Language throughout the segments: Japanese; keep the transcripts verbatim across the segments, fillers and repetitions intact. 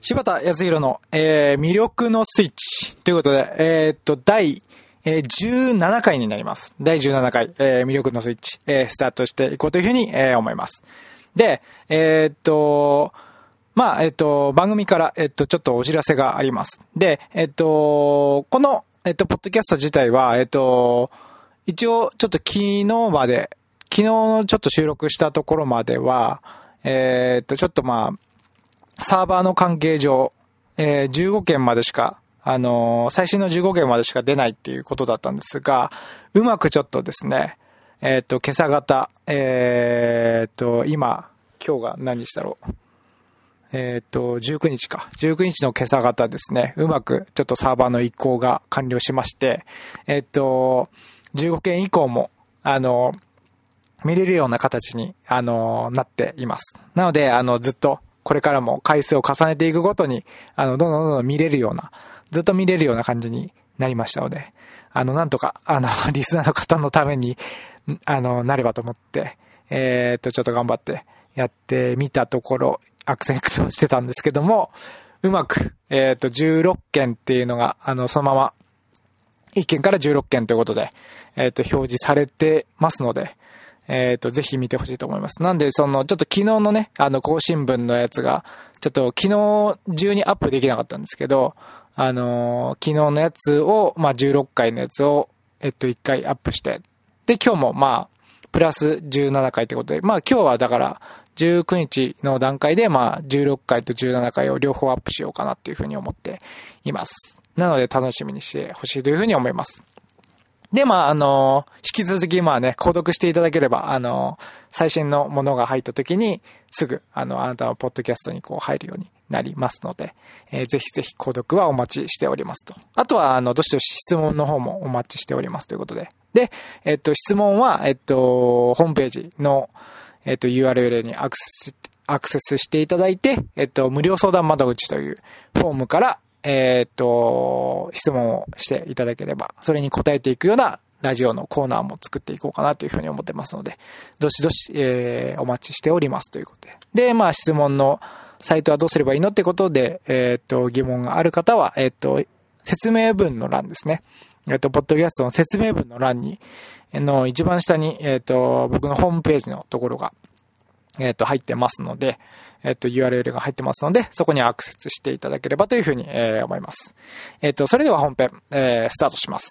柴田康弘の、えー、魅力のスイッチということで、えー、っと、第、えー、じゅうななかいになります。だいじゅうななかい、えー、魅力のスイッチ、えー、スタートしていこうというふうに、えー、思います。で、えー、っと、まあ、えー、っと、番組から、えー、っと、ちょっとお知らせがあります。で、えー、っと、この、えー、っと、ポッドキャスト自体は、えー、っと、一応、ちょっと昨日まで、昨日のちょっと収録したところまでは、えー、っと、ちょっとまあ、サーバーの関係上、えー、じゅうごけんまでしか、あのー、最新のじゅうごけんまでしか出ないっていうことだったんですが、うまくちょっとですね、えー、っと、今朝方、えー、っと、今、今日が何日だろう。えー、っと、じゅうくにちか。じゅうくにちの今朝方ですね、うまくちょっとサーバーの移行が完了しまして、えー、っと、じゅうごけん以降も、あのー、見れるような形に、あのー、なっています。なので、あの、ずっと、これからも回数を重ねていくごとに、あの、どんどんどんどん見れるような、ずっと見れるような感じになりましたので、あの、なんとか、あの、リスナーの方のために、あの、なればと思って、えー、っと、ちょっと頑張ってやってみたところ、悪戦苦闘してたんですけども、うまく、えー、っと、じゅうろっけんっていうのが、あの、そのまま、いっけんからじゅうろっけんということで、えー、っと、表示されてますので、えっと、ぜひ見てほしいと思います。なんで、その、ちょっと昨日のね、あの、更新分のやつが、ちょっと昨日中にアップできなかったんですけど、あのー、昨日のやつを、まあ、じゅうろっかいのやつを、えっと、いっかいアップして、で、今日も、まあ、プラスじゅうななかいってことで、まあ、今日はだから、じゅうくにちの段階で、まあ、じゅうろっかいとじゅうななかいを両方アップしようかなっていうふうに思っています。なので、楽しみにしてほしいというふうに思います。で、まあ、あのー、引き続き、まあね、購読していただければ、あのー、最新のものが入った時に、すぐ、あの、あなたのポッドキャストにこう入るようになりますので、えー、ぜひぜひ購読はお待ちしておりますと。あとは、あの、どしどし質問の方もお待ちしておりますということで。で、えっと、質問は、えっと、ホームページの、えっと、ユーアールエル にアクセス、アクセスしていただいて、えっと、無料相談窓口というフォームから、えー、っと、質問をしていただければ、それに答えていくようなラジオのコーナーも作っていこうかなというふうに思ってますので、どしどし、えー、お待ちしておりますということで。で、まあ質問のサイトはどうすればいいのってことで、えー、っと、疑問がある方は、えー、っと、説明文の欄ですね。えー、っと、ポッドキャストの説明文の欄に、の一番下に、えー、っと、僕のホームページのところが、えっと、入ってますので、えっと、ユーアールエル が入ってますので、そこにアクセスしていただければというふうに、えー、思います。えっと、それでは本編、えー、スタートします。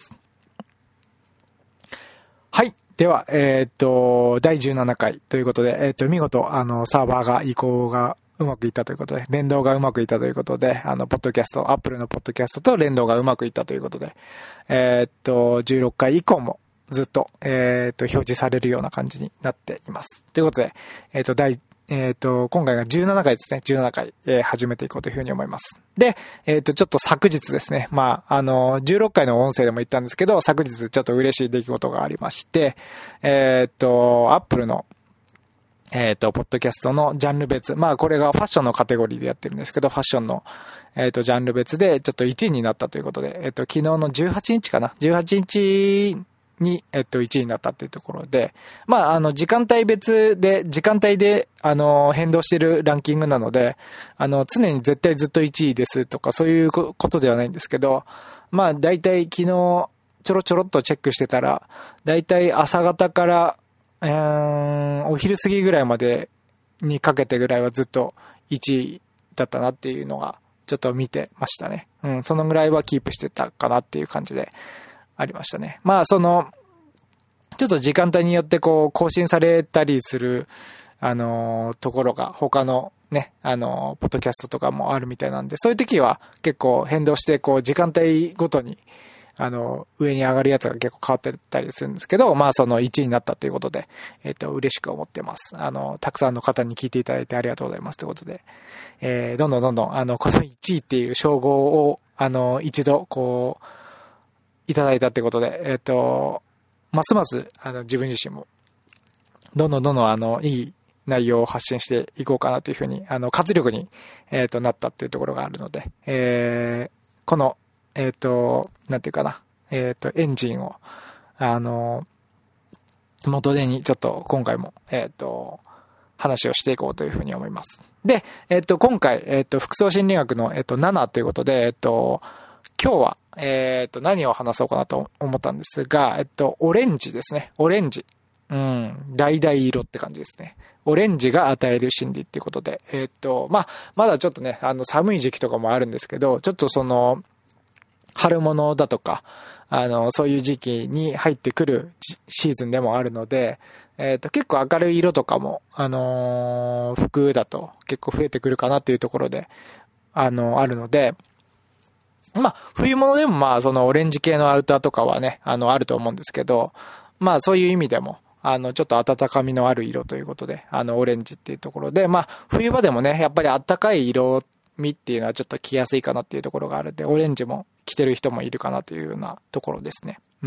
はい。では、えっと、だいじゅうななかいということで、えっと、見事、あの、サーバーが移行がうまくいったということで、連動がうまくいったということで、あの、ポッドキャスト、アップルのポッドキャストと連動がうまくいったということで、えっと、じゅうろっかい以降も、ずっと、えっと、表示されるような感じになっています。ということで、えっと、第、えっと、今回がじゅうななかいですね。じゅうななかい、えー、始めていこうというふうに思います。で、えっと、ちょっと昨日ですね。まあ、あの、じゅうろっかいの音声でも言ったんですけど、昨日ちょっと嬉しい出来事がありまして、えっと、アップルの、えっと、ポッドキャストのジャンル別。まあ、これがファッションのカテゴリーでやってるんですけど、ファッションの、えっと、ジャンル別で、ちょっといちいになったということで、えっと、昨日のじゅうはちにちかな。じゅうはちにち、に、えっと、いちいになったっていうところで、まあ、あの、時間帯別で、時間帯で、あの、変動してるランキングなので、あの、常に絶対ずっといちいですとか、そういうことではないんですけど、まあ、だいたい昨日、ちょろちょろっとチェックしてたら、だいたい朝方から、うーん、お昼過ぎぐらいまでにかけてぐらいはずっといちいだったなっていうのが、ちょっと見てましたね。うん、そのぐらいはキープしてたかなっていう感じで、ありましたね。まあ、その、ちょっと時間帯によってこう、更新されたりする、あのー、ところが他のね、あのー、ポッドキャストとかもあるみたいなんで、そういう時は結構変動して、こう、時間帯ごとに、あのー、上に上がるやつが結構変わってたりするんですけど、まあ、そのいちいになったということで、えっと、嬉しく思ってます。あのー、たくさんの方に聞いていただいてありがとうございますということで、えー、どんどんどんどん、あの、このいちいっていう称号を、あのー、一度、こう、いただいたってことで、えっと、ますます、あの、自分自身も、どんどんどんどん、あの、いい内容を発信していこうかなというふうに、あの、活力に、えっと、なったっていうところがあるので、えー、この、えっと、なんていうかな、えっと、エンジンを、あの、元手に、ちょっと、今回も、えっと、 話をしていこうというふうに思います。で、えっと、今回、えっと、服装心理学の、えっと、ななということで、えっと、今日は、えっと、何を話そうかなと思ったんですが、えっと、オレンジですね。オレンジ。うん、橙色って感じですね。オレンジが与える心理っていうことで、えっと、まあ、まだちょっとね、あの、寒い時期とかもあるんですけど、ちょっとその、春物だとか、あの、そういう時期に入ってくるシーズンでもあるので、えっと、結構明るい色とかも、あのー、服だと結構増えてくるかなっていうところで、あの、あるので、まあ、冬物でもまあ、そのオレンジ系のアウターとかはね、あの、あると思うんですけど、まあ、そういう意味でも、あの、ちょっと温かみのある色ということで、あの、オレンジっていうところで、まあ、冬場でもね、やっぱり暖かい色味っていうのはちょっと着やすいかなっていうところがあるんで、オレンジも着てる人もいるかなというようなところですね。うん。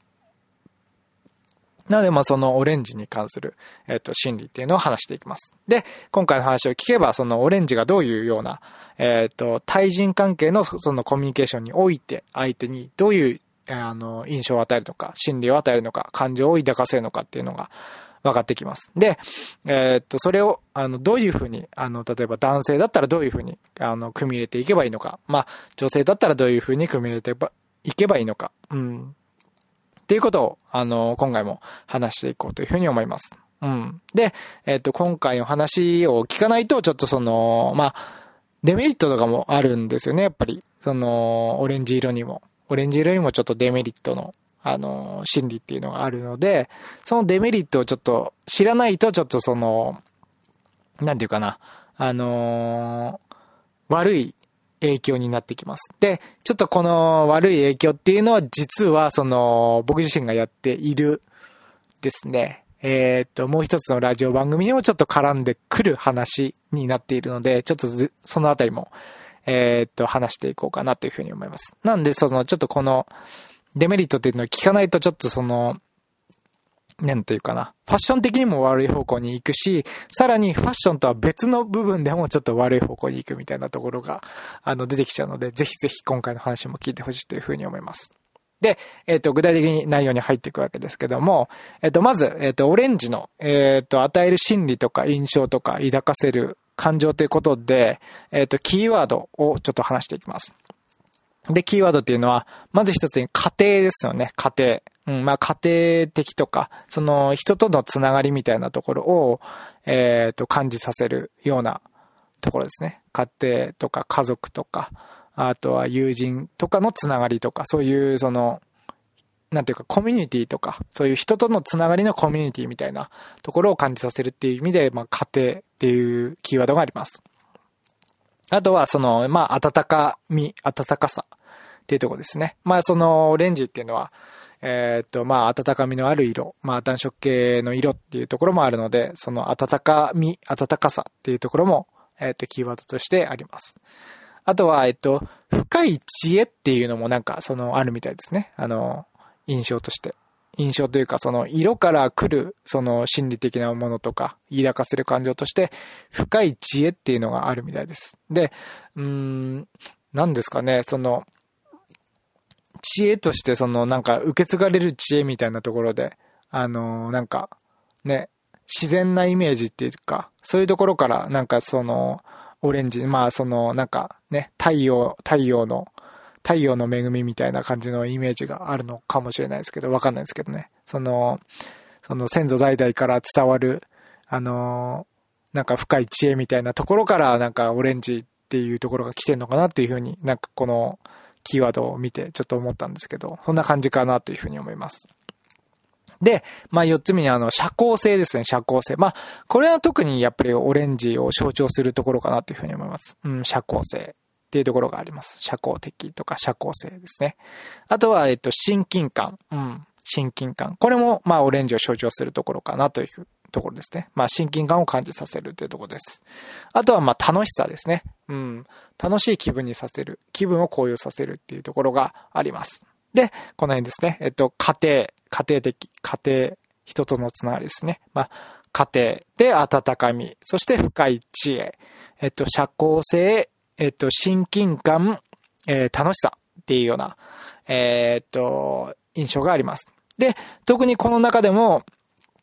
なので、まあ、そのオレンジに関する、えっと、心理っていうのを話していきます。で、今回の話を聞けば、そのオレンジがどういうような、えっと、対人関係のそのコミュニケーションにおいて、相手にどういう、あの、印象を与えるのか、心理を与えるのか、感情を抱かせるのかっていうのが分かってきます。で、えっと、それを、あの、どういうふうに、あの、例えば男性だったらどういうふうに、あの、組み入れていけばいいのか、まあ、女性だったらどういうふうに組み入れていけばいいのか、うん。っていうことを、あの、今回も話していこうというふうに思います。うん。で、えっと、今回の話を聞かないと、ちょっとその、まあ、デメリットとかもあるんですよね、やっぱり。その、オレンジ色にも。オレンジ色にもちょっとデメリットの、あの、心理っていうのがあるので、そのデメリットをちょっと知らないと、ちょっとその、なんていうかな、あのー、悪い影響になってきます。で、ちょっとこの悪い影響っていうのは実はその僕自身がやっているですね。えー、っと、もう一つのラジオ番組にもちょっと絡んでくる話になっているので、ちょっとそのあたりも、えー、っと、話していこうかなというふうに思います。なんで、その、ちょっとこのデメリットっていうのを聞かないとちょっとその、なんていうかな。ファッション的にも悪い方向に行くし、さらにファッションとは別の部分でもちょっと悪い方向に行くみたいなところが、あの、出てきちゃうので、ぜひぜひ今回の話も聞いてほしいというふうに思います。で、えっと、具体的に内容に入っていくわけですけども、えっと、まず、えっと、オレンジの、えっと、与える心理とか印象とか抱かせる感情ということで、えっと、キーワードをちょっと話していきます。で、キーワードっていうのは、まず一つに家庭ですよね、家庭。うん、まあ家庭的とか、その人とのつながりみたいなところを、えっと、感じさせるようなところですね。家庭とか家族とか、あとは友人とかのつながりとか、そういうその、なんていうかコミュニティとか、そういう人とのつながりのコミュニティみたいなところを感じさせるっていう意味で、まあ家庭っていうキーワードがあります。あとはその、まあ温かみ、温かさっていうところですね。まあそのオレンジっていうのは、えっと、まあ、温かみのある色、まあ、暖色系の色っていうところもあるので、その温かみ、温かさっていうところも、えっと、キーワードとしてあります。あとは、えっと、深い知恵っていうのもなんか、その、あるみたいですね。あの、印象として。印象というか、その、色から来る、その、心理的なものとか、抱かせる感情として、深い知恵っていうのがあるみたいです。で、うーん、何ですかね、その、知恵としてそのなんか受け継がれる知恵みたいなところで、あのー、なんかね、自然なイメージっていうか、そういうところからなんかそのオレンジ、まあそのなんかね、太陽、太陽の、太陽の恵みみたいな感じのイメージがあるのかもしれないですけど、わかんないですけどね。その、その先祖代々から伝わる、あのー、なんか深い知恵みたいなところからなんかオレンジっていうところが来てんのかなっていうふうになんかこの、キーワードを見てちょっと思ったんですけど、そんな感じかなというふうに思います。で、まあ四つ目にあの、社交性ですね、社交性。まあ、これは特にやっぱりオレンジを象徴するところかなというふうに思います。うん、社交性っていうところがあります。社交的とか社交性ですね。あとは、えっと、親近感。うん、親近感。これも、まあ、オレンジを象徴するところかなというところですね。まあ、親近感を感じさせるというところです。あとは、まあ、楽しさですね。うん。楽しい気分にさせる。気分を高揚させるっていうところがあります。で、この辺ですね。えっと、家庭、家庭的、家庭、人とのつながりですね。まあ、家庭で温かみ、そして深い知恵、えっと、社交性、えっと、親近感、えー、楽しさっていうような、えー、っと、印象があります。で、特にこの中でも、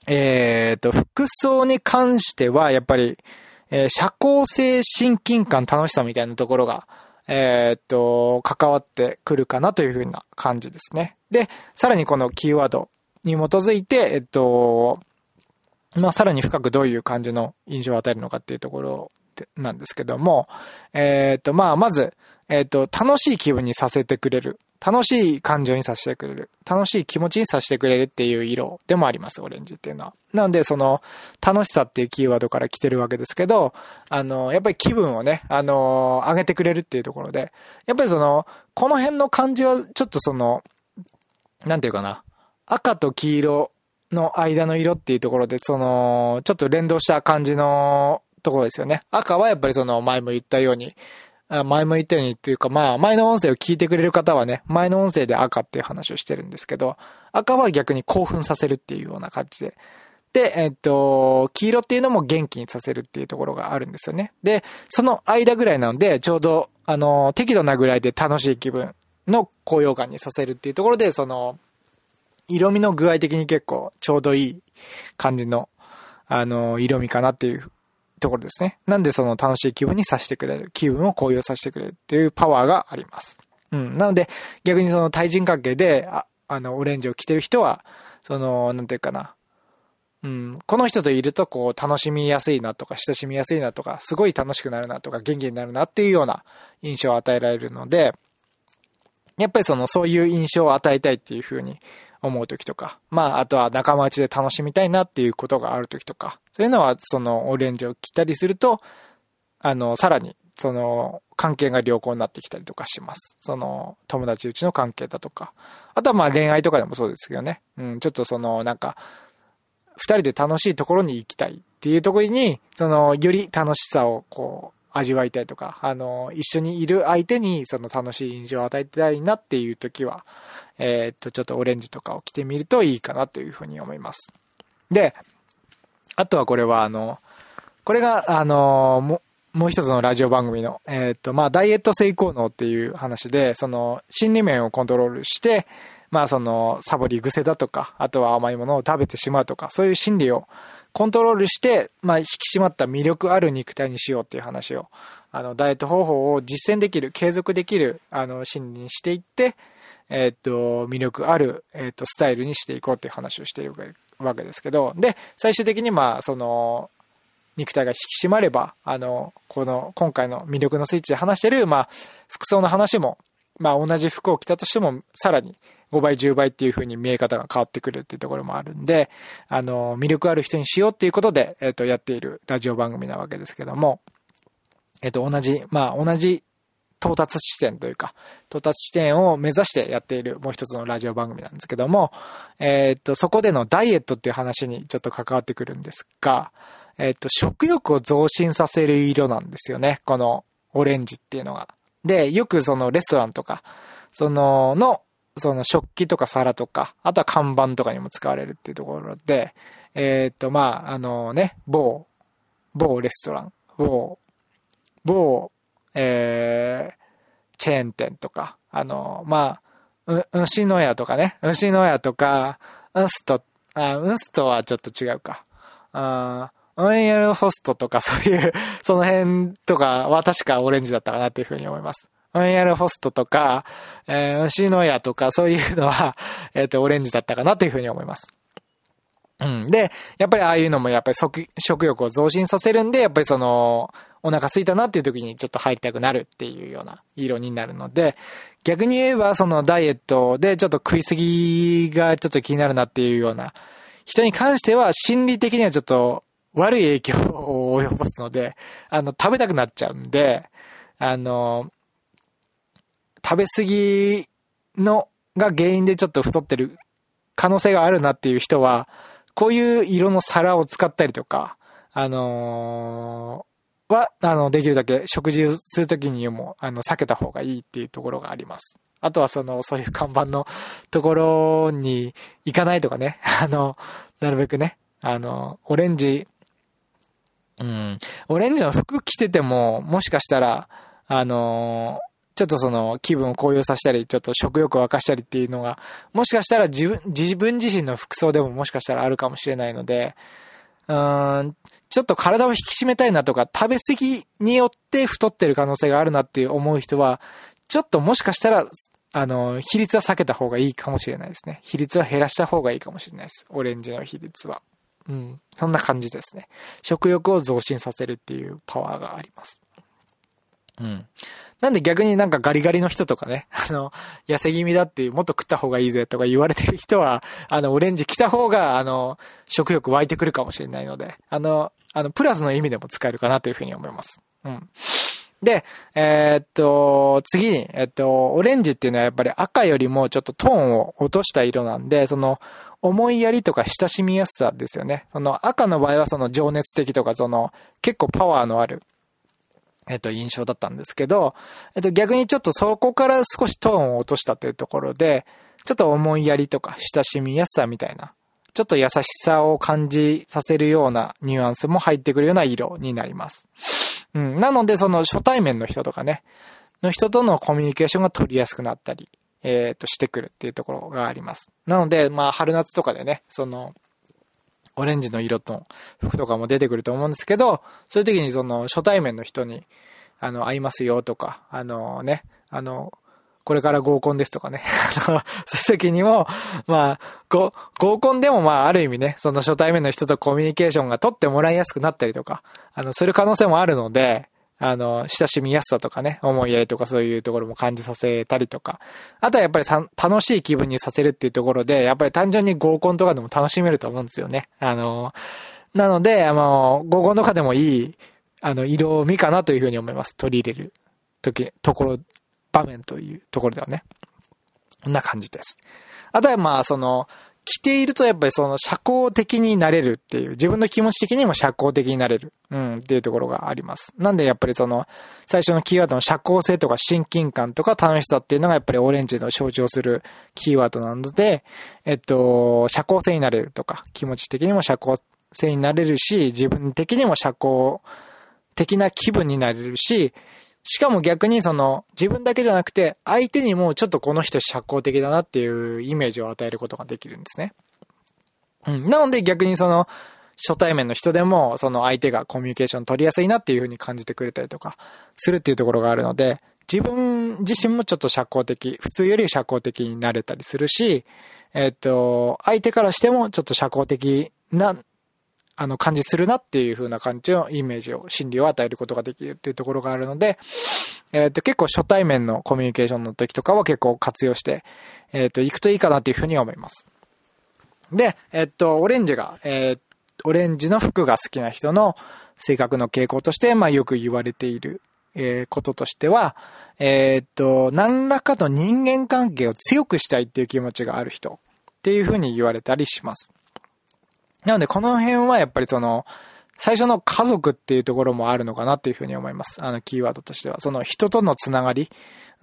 えっと、服装に関しては、やっぱり、えー、社交性、親近感、楽しさみたいなところが、えっと、関わってくるかなというふうな感じですね。で、さらにこのキーワードに基づいて、えっと、まあ、さらに深くどういう感じの印象を与えるのかっていうところなんですけども、えっと、まあ、まず、えっと、楽しい気分にさせてくれる。楽しい感情にさせてくれる。楽しい気持ちにさせてくれるっていう色でもあります、オレンジっていうのは。なので、その、楽しさっていうキーワードから来てるわけですけど、あの、やっぱり気分をね、あの、上げてくれるっていうところで、やっぱりその、この辺の感じは、ちょっとその、なんていうかな、赤と黄色の間の色っていうところで、その、ちょっと連動した感じのところですよね。赤はやっぱりその、前も言ったように、前も言ったようにっていうか、まあ、前の音声を聞いてくれる方はね、前の音声で赤っていう話をしてるんですけど、赤は逆に興奮させるっていうような感じで。で、えっと、黄色っていうのも元気にさせるっていうところがあるんですよね。で、その間ぐらいなので、ちょうど、あの、適度なぐらいで楽しい気分の高揚感にさせるっていうところで、その、色味の具合的に結構ちょうどいい感じの、あの、色味かなっていうところですね。なんでその楽しい気分にさせてくれる。気分を高揚させてくれるっていうパワーがあります。うん。なので、逆にその対人関係で、あ、あの、オレンジを着てる人は、その、なんていうかな。うん。この人といると、こう、楽しみやすいなとか、親しみやすいなとか、すごい楽しくなるなとか、元気になるなっていうような印象を与えられるので、やっぱりその、そういう印象を与えたいっていう風に思うときとか、まあ、あとは仲間内で楽しみたいなっていうことがあるときとか、そういうのは、その、オレンジを着たりすると、あの、さらに、その、関係が良好になってきたりとかします。その、友達うちの関係だとか。あとはまあ、恋愛とかでもそうですけどね。うん、ちょっとその、なんか、二人で楽しいところに行きたいっていうところに、その、より楽しさを、こう、味わいたいとか、あの、一緒にいる相手に、その楽しい印象を与えたいなっていうときは、えー、っと、ちょっとオレンジとかを着てみるといいかなというふうに思います。で、あとはこれは、あの、これが、あの、も、もう一つのラジオ番組の、えー、っと、まあ、ダイエット成功能っていう話で、その、心理面をコントロールして、まあ、その、サボり癖だとか、あとは甘いものを食べてしまうとか、そういう心理をコントロールして、まあ、引き締まった魅力ある肉体にしようっていう話を、あの、ダイエット方法を実践できる、継続できる、あの、心理にしていって、えー、っと、魅力ある、えー、っと、スタイルにしていこうっていう話をしているわけですけど、で、最終的にまあ、その、肉体が引き締まれば、あの、この、今回の魅力のスイッチで話してる、まあ、服装の話も、まあ、同じ服を着たとしても、さらにごばい、じゅうばいっていう風に見え方が変わってくるっていうところもあるんで、あの、魅力ある人にしようっていうことで、えっと、やっているラジオ番組なわけですけども、えっと、同じ、まあ、同じ到達地点というか、到達地点を目指してやっているもう一つのラジオ番組なんですけども、えっと、そこでのダイエットっていう話にちょっと関わってくるんですが、えっと、食欲を増進させる色なんですよね。このオレンジっていうのが。で、よくそのレストランとか、その、の、その食器とか皿とか、あとは看板とかにも使われるっていうところで、えっと、まあ、あのね、某、某レストラン、某、某、えー、チェーン店とか、あの、まあ、う、牛の屋とかね、牛の屋とか、ウンスト、あ、ウンストはちょっと違うか。あオンエアホストとかそういう、その辺とかは確かオレンジだったかなというふうに思います。オンエアホストとか、えー、牛の屋とかそういうのは、えっと、オレンジだったかなというふうに思います。うん。で、やっぱりああいうのもやっぱり食、食欲を増進させるんで、やっぱりその、お腹空いたなっていう時にちょっと入りたくなるっていうような色になるので、逆に言えばそのダイエットでちょっと食いすぎがちょっと気になるなっていうような人に関しては心理的にはちょっと悪い影響を及ぼすので、あの、食べたくなっちゃうんで、あの、食べ過ぎのが原因でちょっと太ってる可能性があるなっていう人は、こういう色の皿を使ったりとか、あのー、は、あの、できるだけ食事するときにも、あの、避けた方がいいっていうところがあります。あとはその、そういう看板のところに行かないとかね、あの、なるべくね、あの、オレンジ、うん、オレンジの服着てても、もしかしたら、あの、 ちょっとその気分を高揚させたり、ちょっと食欲を沸かしたりっていうのが、もしかしたら自分、自分自身の服装でももしかしたらあるかもしれないので、うーん、ちょっと体を引き締めたいなとか、食べ過ぎによって太ってる可能性があるなっていう思う人は、ちょっともしかしたら、あの、比率は避けた方がいいかもしれないですね。比率は減らした方がいいかもしれないです。オレンジの比率は。うん。そんな感じですね。食欲を増進させるっていうパワーがあります。うん。なんで逆になんかガリガリの人とかね、あの、痩せ気味だっていう、もっと食った方がいいぜとか言われてる人は、あの、オレンジ着た方が、あの、食欲湧いてくるかもしれないので、あの、あの、プラスの意味でも使えるかなというふうに思います。うん。で、えー、っと、次に、えっと、オレンジっていうのはやっぱり赤よりもちょっとトーンを落とした色なんで、その、思いやりとか親しみやすさですよね。その赤の場合はその情熱的とか、その、結構パワーのある、えっと、印象だったんですけど、えっと、逆にちょっとそこから少しトーンを落としたというところで、ちょっと思いやりとか親しみやすさみたいな、ちょっと優しさを感じさせるようなニュアンスも入ってくるような色になります。うん。なので、その初対面の人とかね、の人とのコミュニケーションが取りやすくなったり、えっと、してくるっていうところがあります。なので、まあ、春夏とかでね、その、オレンジの色と服とかも出てくると思うんですけど、そういう時にその初対面の人に、あの、会いますよとか、あのね、あの、これから合コンですとかね。そういう時にも、まあ、ご、合コンでもまあ、ある意味ね、その初対面の人とコミュニケーションが取ってもらいやすくなったりとか、あの、する可能性もあるので、あの、親しみやすさとかね、思いやりとかそういうところも感じさせたりとか、あとはやっぱりさ楽しい気分にさせるっていうところで、やっぱり単純に合コンとかでも楽しめると思うんですよね。あの、なので、あの、合コンとかでもいい、あの、色味かなというふうに思います。取り入れる時、ところ、場面というところではね。こんな感じです。あとはまあ、その、着ているとやっぱりその社交的になれるっていう、自分の気持ち的にも社交的になれる、うん、っていうところがあります。なんでやっぱりその、最初のキーワードの社交性とか親近感とか楽しさっていうのがやっぱりオレンジの象徴するキーワードなので、えっと、社交性になれるとか、気持ち的にも社交性になれるし、自分的にも社交的な気分になれるし、しかも逆にその自分だけじゃなくて相手にもちょっとこの人社交的だなっていうイメージを与えることができるんですね。うん。なので逆にその初対面の人でもその相手がコミュニケーション取りやすいなっていう風に感じてくれたりとかするっていうところがあるので、自分自身もちょっと社交的、普通より社交的になれたりするし、えっと、相手からしてもちょっと社交的なあの感じするなっていう風な感じのイメージを、心理を与えることができるっていうところがあるので、えっと、結構初対面のコミュニケーションの時とかは結構活用して、えっと、行くといいかなっていう風に思います。で、えっと、オレンジが、えー、オレンジの服が好きな人の性格の傾向として、まあよく言われている、えー、こととしては、えっと、何らかの人間関係を強くしたいっていう気持ちがある人っていう風に言われたりします。なのでこの辺はやっぱりその最初の家族っていうところもあるのかなっていうふうに思います。あのキーワードとしてはその人とのつながり、うん、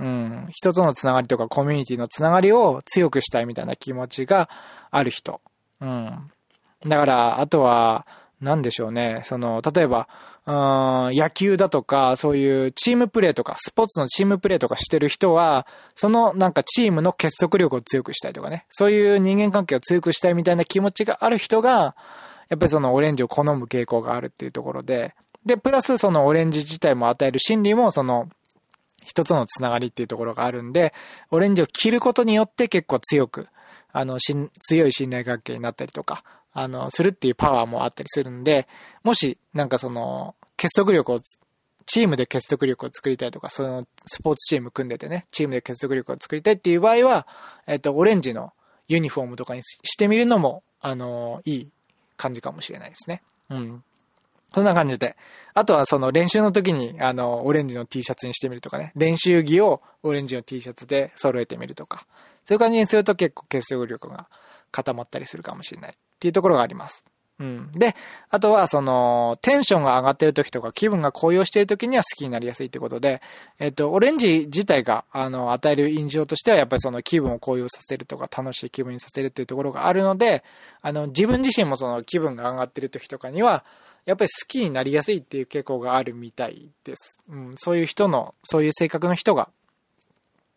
人とのつながりとかコミュニティのつながりを強くしたいみたいな気持ちがある人、うん、だからあとはなんでしょうね、その例えばうーん野球だとかそういうチームプレーとかスポーツのチームプレーとかしてる人はそのなんかチームの結束力を強くしたいとかね、そういう人間関係を強くしたいみたいな気持ちがある人がやっぱりそのオレンジを好む傾向があるっていうところで、でプラスそのオレンジ自体も与える心理もその人とのつながりっていうところがあるんで、オレンジを着ることによって結構強くあのしん強い信頼関係になったりとかあの、するっていうパワーもあったりするんで、もし、なんかその、結束力を、チームで結束力を作りたいとか、その、スポーツチーム組んでてね、チームで結束力を作りたいっていう場合は、えっと、オレンジのユニフォームとかにしてみるのも、あの、いい感じかもしれないですね。うん。そんな感じで。あとはその練習の時に、あの、オレンジの T シャツにしてみるとかね、練習着をオレンジの T シャツで揃えてみるとか、そういう感じにすると結構結束力が固まったりするかもしれない。っていうところがあります。うん。で、あとはそのテンションが上がってる時とか気分が高揚してる時には好きになりやすいってことで、えっとオレンジ自体があの与える印象としてはやっぱりその気分を高揚させるとか楽しい気分にさせるっていうところがあるので、あの自分自身もその気分が上がってる時とかにはやっぱり好きになりやすいっていう傾向があるみたいです。うん。そういう人のそういう性格の人が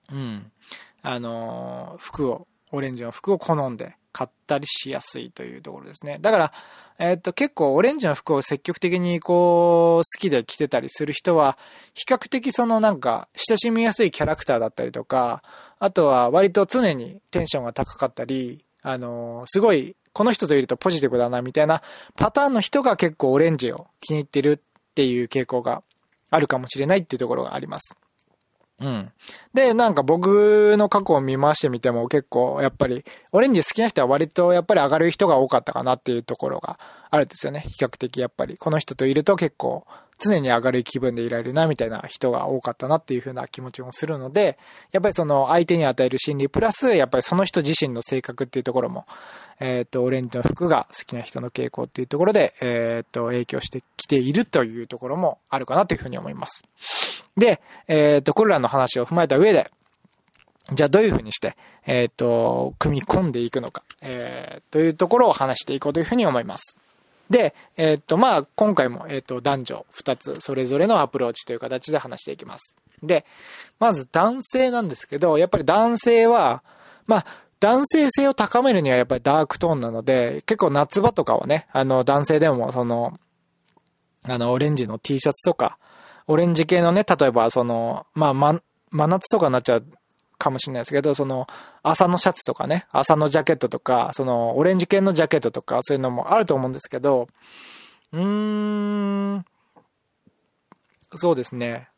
うん。あのー、服を、オレンジの服を好んで買ったりしやすいというところですね。だから、えっと、結構オレンジの服を積極的にこう、好きで着てたりする人は、比較的そのなんか、親しみやすいキャラクターだったりとか、あとは割と常にテンションが高かったり、あのー、すごい、この人といるとポジティブだなみたいなパターンの人が結構オレンジを気に入ってるっていう傾向があるかもしれないっていうところがあります。うん。で、なんか僕の過去を見回してみても結構やっぱりオレンジ好きな人は割とやっぱり明るい人が多かったかなっていうところがあるんですよね。比較的やっぱりこの人といると結構常に明るい気分でいられるなみたいな人が多かったなっていう風な気持ちもするので、やっぱりその相手に与える心理プラスやっぱりその人自身の性格っていうところもえっと、オレンジの服が好きな人の傾向っていうところで、えっと、影響してきているというところもあるかなというふうに思います。で、えっと、これらの話を踏まえた上で、じゃあどういうふうにして、えっと、組み込んでいくのか、えー、というところを話していこうというふうに思います。で、えっと、まあ、今回も、えっと、男女二つ、それぞれのアプローチという形で話していきます。で、まず男性なんですけど、やっぱり男性は、まあ、男性性を高めるにはやっぱりダークトーンなので、結構夏場とかはね、あの男性でもその、あのオレンジの T シャツとか、オレンジ系のね、例えばその、まあ、ま、真夏とかになっちゃうかもしれないですけど、その、朝のシャツとかね、朝のジャケットとか、その、オレンジ系のジャケットとか、そういうのもあると思うんですけど、うーん、そうですね。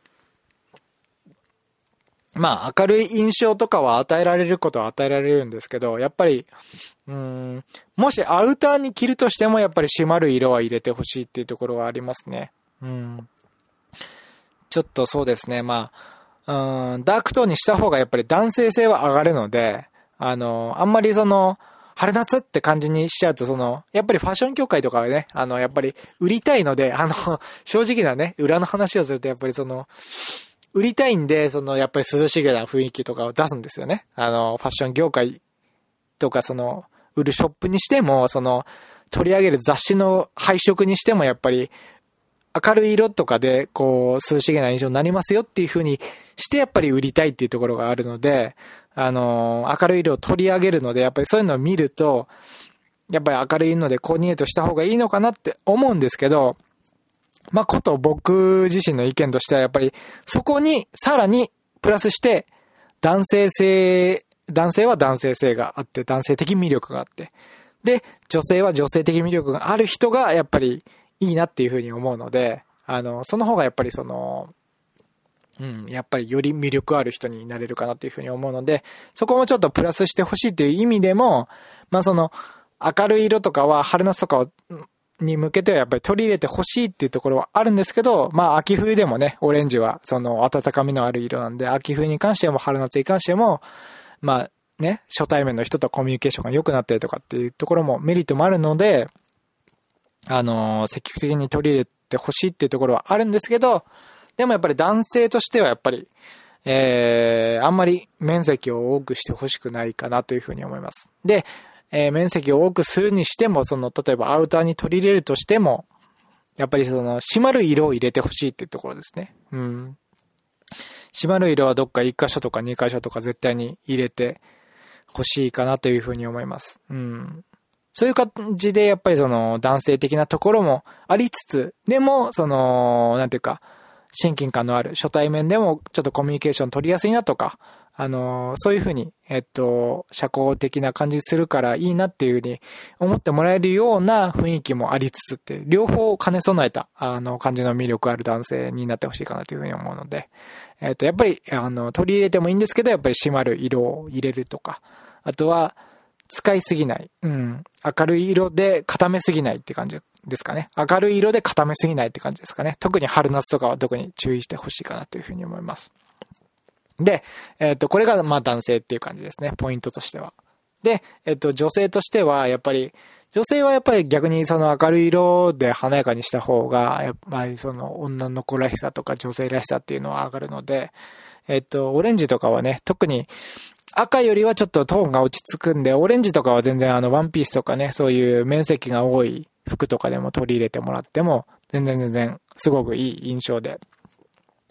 まあ明るい印象とかは与えられることは与えられるんですけど、やっぱり、うーん、もしアウターに着るとしてもやっぱり締まる色は入れてほしいっていうところはありますね。うん。ちょっとそうですね、まあ、うん、ダークトーンにした方がやっぱり男性性は上がるので、あの、あんまりその、春夏って感じにしちゃうと、その、やっぱりファッション協会とかはね、あの、やっぱり売りたいので、あの、正直なね、裏の話をするとやっぱりその、売りたいんで、その、やっぱり涼しげな雰囲気とかを出すんですよね。あの、ファッション業界とか、その、売るショップにしても、その、取り上げる雑誌の配色にしても、やっぱり、明るい色とかで、こう、涼しげな印象になりますよっていう風にして、やっぱり売りたいっていうところがあるので、あの、明るい色を取り上げるので、やっぱりそういうのを見ると、やっぱり明るいのでコーディネートした方がいいのかなって思うんですけど、まあ、こと僕自身の意見としてはやっぱりそこにさらにプラスして男性性、男性は男性性があって男性的魅力があって、で、女性は女性的魅力がある人がやっぱりいいなっていうふうに思うので、あの、その方がやっぱりその、うん、やっぱりより魅力ある人になれるかなっていうふうに思うので、そこもちょっとプラスしてほしいっていう意味でも、まあその明るい色とかは春夏とかをに向けてはやっぱり取り入れてほしいっていうところはあるんですけど、まあ秋冬でもね、オレンジはその温かみのある色なんで、秋冬に関しても春夏に関しても、まあね、初対面の人とコミュニケーションが良くなったりとかっていうところもメリットもあるので、あのー、積極的に取り入れてほしいっていうところはあるんですけど、でもやっぱり男性としてはやっぱり、えー、あんまり面積を多くしてほしくないかなというふうに思います。で、えー、面積を多くするにしても、その、例えばアウターに取り入れるとしても、やっぱりその、締まる色を入れてほしいっていうところですね。うん。締まる色はどっか一箇所とか二箇所とか絶対に入れてほしいかなというふうに思います。うん。そういう感じで、やっぱりその、男性的なところもありつつ、でも、その、なんていうか、親近感のある初対面でもちょっとコミュニケーション取りやすいなとか、あのー、そういうふうに、えっと、社交的な感じするからいいなっていうふうに思ってもらえるような雰囲気もありつつって、両方兼ね備えた、あの、感じの魅力ある男性になってほしいかなというふうに思うので、えっと、やっぱり、あの、取り入れてもいいんですけど、やっぱり締まる色を入れるとか、あとは、使いすぎない、うん、明るい色で固めすぎないって感じですかね。明るい色で固めすぎないって感じですかね。特に春夏とかは特に注意してほしいかなというふうに思います。で、えっと、これがまあ男性っていう感じですね。ポイントとしては。で、えっと、女性としては、やっぱり、女性はやっぱり逆にその明るい色で華やかにした方が、やっぱりその女の子らしさとか女性らしさっていうのは上がるので、えっと、オレンジとかはね、特に赤よりはちょっとトーンが落ち着くんで、オレンジとかは全然あのワンピースとかね、そういう面積が多い服とかでも取り入れてもらっても、全然全然すごくいい印象で、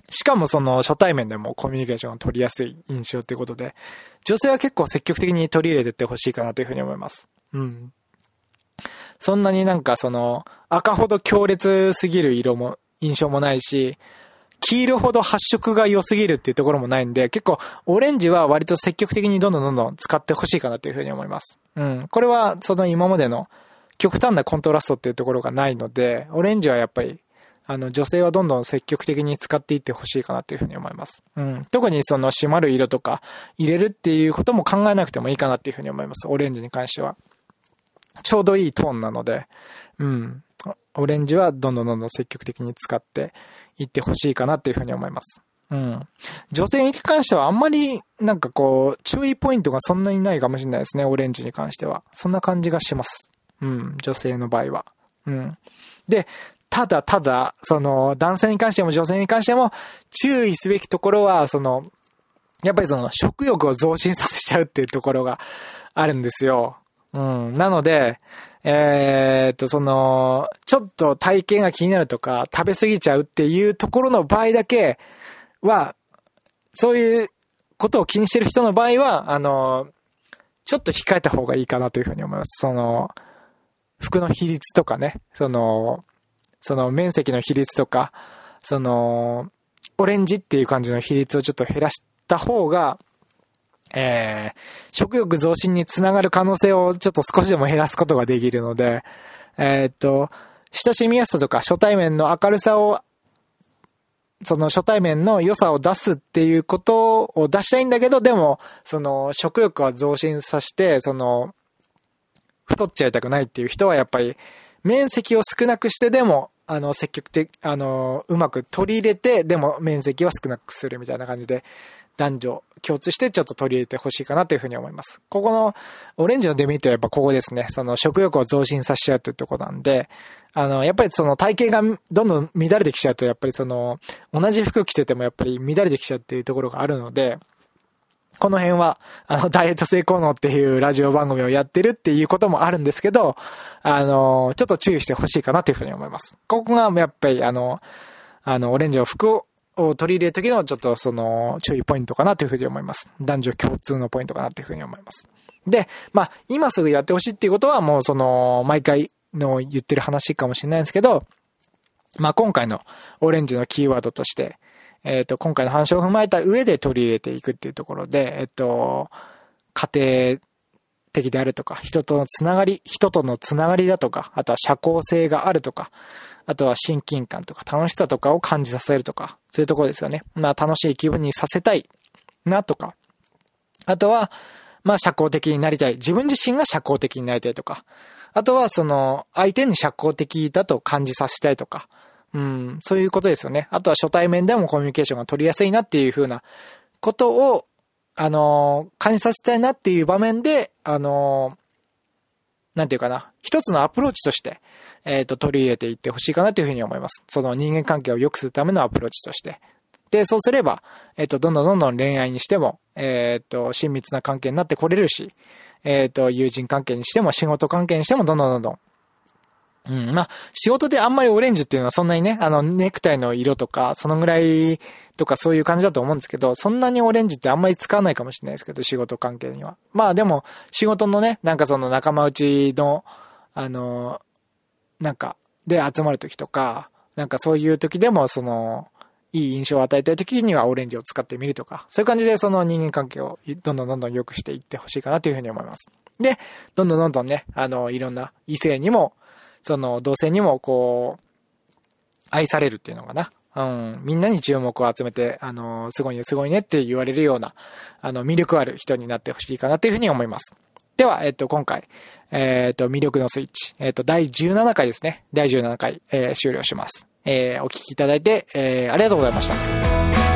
しかもその初対面でもコミュニケーションが取りやすい印象ということで、女性は結構積極的に取り入れていってほしいかなというふうに思います。うん。そんなになんかその赤ほど強烈すぎる色も印象もないし、黄色ほど発色が良すぎるっていうところもないんで、結構オレンジは割と積極的にどんどんどんどん使ってほしいかなというふうに思います。うん。これはその今までの極端なコントラストっていうところがないので、オレンジはやっぱりあの女性はどんどん積極的に使っていってほしいかなというふうに思います。うん。特にその締まる色とか入れるっていうことも考えなくてもいいかなっていうふうに思います。オレンジに関しては。ちょうどいいトーンなので、うん。オレンジはどんどんどんどん積極的に使っていってほしいかなっていうふうに思います。うん。女性に関してはあんまりなんかこう注意ポイントがそんなにないかもしれないですね。オレンジに関しては。そんな感じがします。うん。女性の場合は。うん。で、ただただ、その男性に関しても女性に関しても注意すべきところは、その、やっぱりその食欲を増進させちゃうっていうところがあるんですよ。うん。なので、えーっと、その、ちょっと体型が気になるとか、食べ過ぎちゃうっていうところの場合だけは、そういうことを気にしてる人の場合は、あの、ちょっと控えた方がいいかなというふうに思います。その、服の比率とかね、その、その面積の比率とか、その、オレンジっていう感じの比率をちょっと減らした方が、えー、食欲増進につながる可能性をちょっと少しでも減らすことができるので、えー、っと、親しみやすさとか初対面の明るさを、その初対面の良さを出すっていうことを出したいんだけど、でも、その食欲は増進させて、その、太っちゃいたくないっていう人はやっぱり、面積を少なくしてでも、あの、積極的、あの、うまく取り入れて、でも面積は少なくするみたいな感じで、男女共通してちょっと取り入れてほしいかなというふうに思います。ここのオレンジのデメリットはやっぱここですね。その食欲を増進させちゃうというところなんで、あの、やっぱりその体型がどんどん乱れてきちゃうと、やっぱりその、同じ服着ててもやっぱり乱れてきちゃうっていうところがあるので、この辺は、あの、ダイエット成功能っていうラジオ番組をやってるっていうこともあるんですけど、あの、ちょっと注意してほしいかなというふうに思います。ここがやっぱりあの、あの、オレンジの服を、を取り入れるときのちょっとその注意ポイントかなというふうに思います。男女共通のポイントかなというふうに思います。で、まあ今すぐやってほしいっていうことはもうその毎回の言ってる話かもしれないんですけど、まあ今回のオレンジのキーワードとして、えっと今回の話を踏まえた上で取り入れていくっていうところで、えっと家庭的であるとか、人とのつながり、人とのつながりだとか、あとは社交性があるとか、あとは親近感とか楽しさとかを感じさせるとか、そういうところですよね。まあ楽しい気分にさせたいなとか、あとはまあ社交的になりたい。自分自身が社交的になりたいとか、あとはその相手に社交的だと感じさせたいとか、うん、そういうことですよね。あとは初対面でもコミュニケーションが取りやすいなっていう風なことを、あのー、感じさせたいなっていう場面で、あのー、なんていうかな、一つのアプローチとして、えっと、取り入れていってほしいかなというふうに思います。その人間関係を良くするためのアプローチとして。で、そうすれば、えっと、どんどんどんどん恋愛にしても、えっと、親密な関係になってこれるし、えっと、友人関係にしても、仕事関係にしても、どんどんどんどん。うん、まあ、仕事であんまりオレンジっていうのはそんなにね、あの、ネクタイの色とか、そのぐらいとかそういう感じだと思うんですけど、そんなにオレンジってあんまり使わないかもしれないですけど、仕事関係には。まあでも、仕事のね、なんかその仲間内の、あの、なんか、で集まるときとか、なんかそういうときでも、その、いい印象を与えたいときにはオレンジを使ってみるとか、そういう感じでその人間関係をどんどんどんどん良くしていってほしいかなというふうに思います。で、どんどんどんどんね、あの、いろんな異性にも、その同性にもこう、愛されるっていうのかな。うん、みんなに注目を集めて、あの、すごいね、すごいねって言われるような、あの、魅力ある人になってほしいかなというふうに思います。では、えっと、今回、えっと、魅力のスイッチ、えっと、だいじゅうななかいですね。だいじゅうななかい、えー、終了します。えー、お聞きいただいて、えー、ありがとうございました。